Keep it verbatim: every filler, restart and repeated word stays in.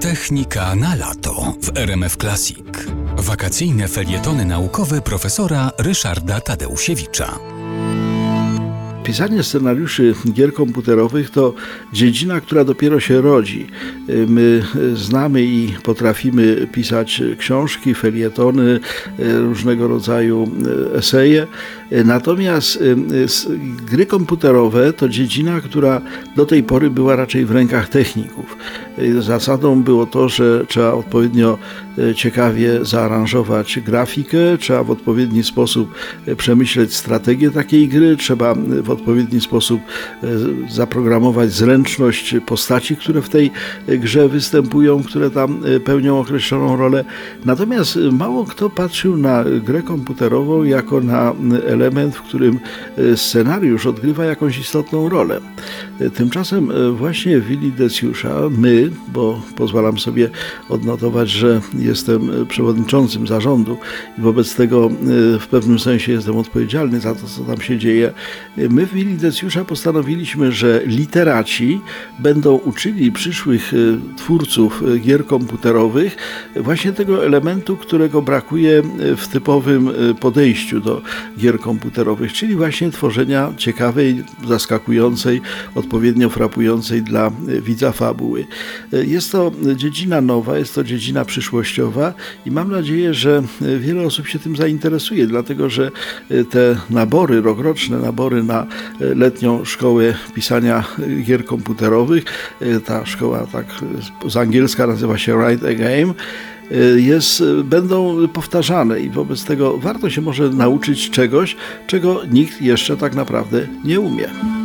Technika na lato w R M F Classic. Wakacyjne felietony naukowe profesora Ryszarda Tadeusiewicza. Pisanie scenariuszy gier komputerowych to dziedzina, która dopiero się rodzi. My znamy i potrafimy pisać książki, felietony, różnego rodzaju eseje. Natomiast gry komputerowe to dziedzina, która do tej pory była raczej w rękach techników. Zasadą było to, że trzeba odpowiednio ciekawie zaaranżować grafikę, trzeba w odpowiedni sposób przemyśleć strategię takiej gry, trzeba w odpowiedni sposób zaprogramować zręczność postaci, które w tej grze występują, które tam pełnią określoną rolę. Natomiast mało kto patrzył na grę komputerową jako na element, w którym scenariusz odgrywa jakąś istotną rolę. Tymczasem właśnie w Willi Decjusza my, bo pozwalam sobie odnotować, że jestem przewodniczącym zarządu i wobec tego w pewnym sensie jestem odpowiedzialny za to, co tam się dzieje. My w Willi Decjusza postanowiliśmy, że literaci będą uczyli przyszłych twórców gier komputerowych właśnie tego elementu, którego brakuje w typowym podejściu do gier komputerowych, czyli właśnie tworzenia ciekawej, zaskakującej, odpowiednio frapującej dla widza fabuły. Jest to dziedzina nowa, jest to dziedzina przyszłościowa i mam nadzieję, że wiele osób się tym zainteresuje, dlatego że te nabory, rokroczne nabory na letnią szkołę pisania gier komputerowych, ta szkoła tak z angielska nazywa się Write a Game, Jest, będą powtarzane i wobec tego warto się może nauczyć czegoś, czego nikt jeszcze tak naprawdę nie umie.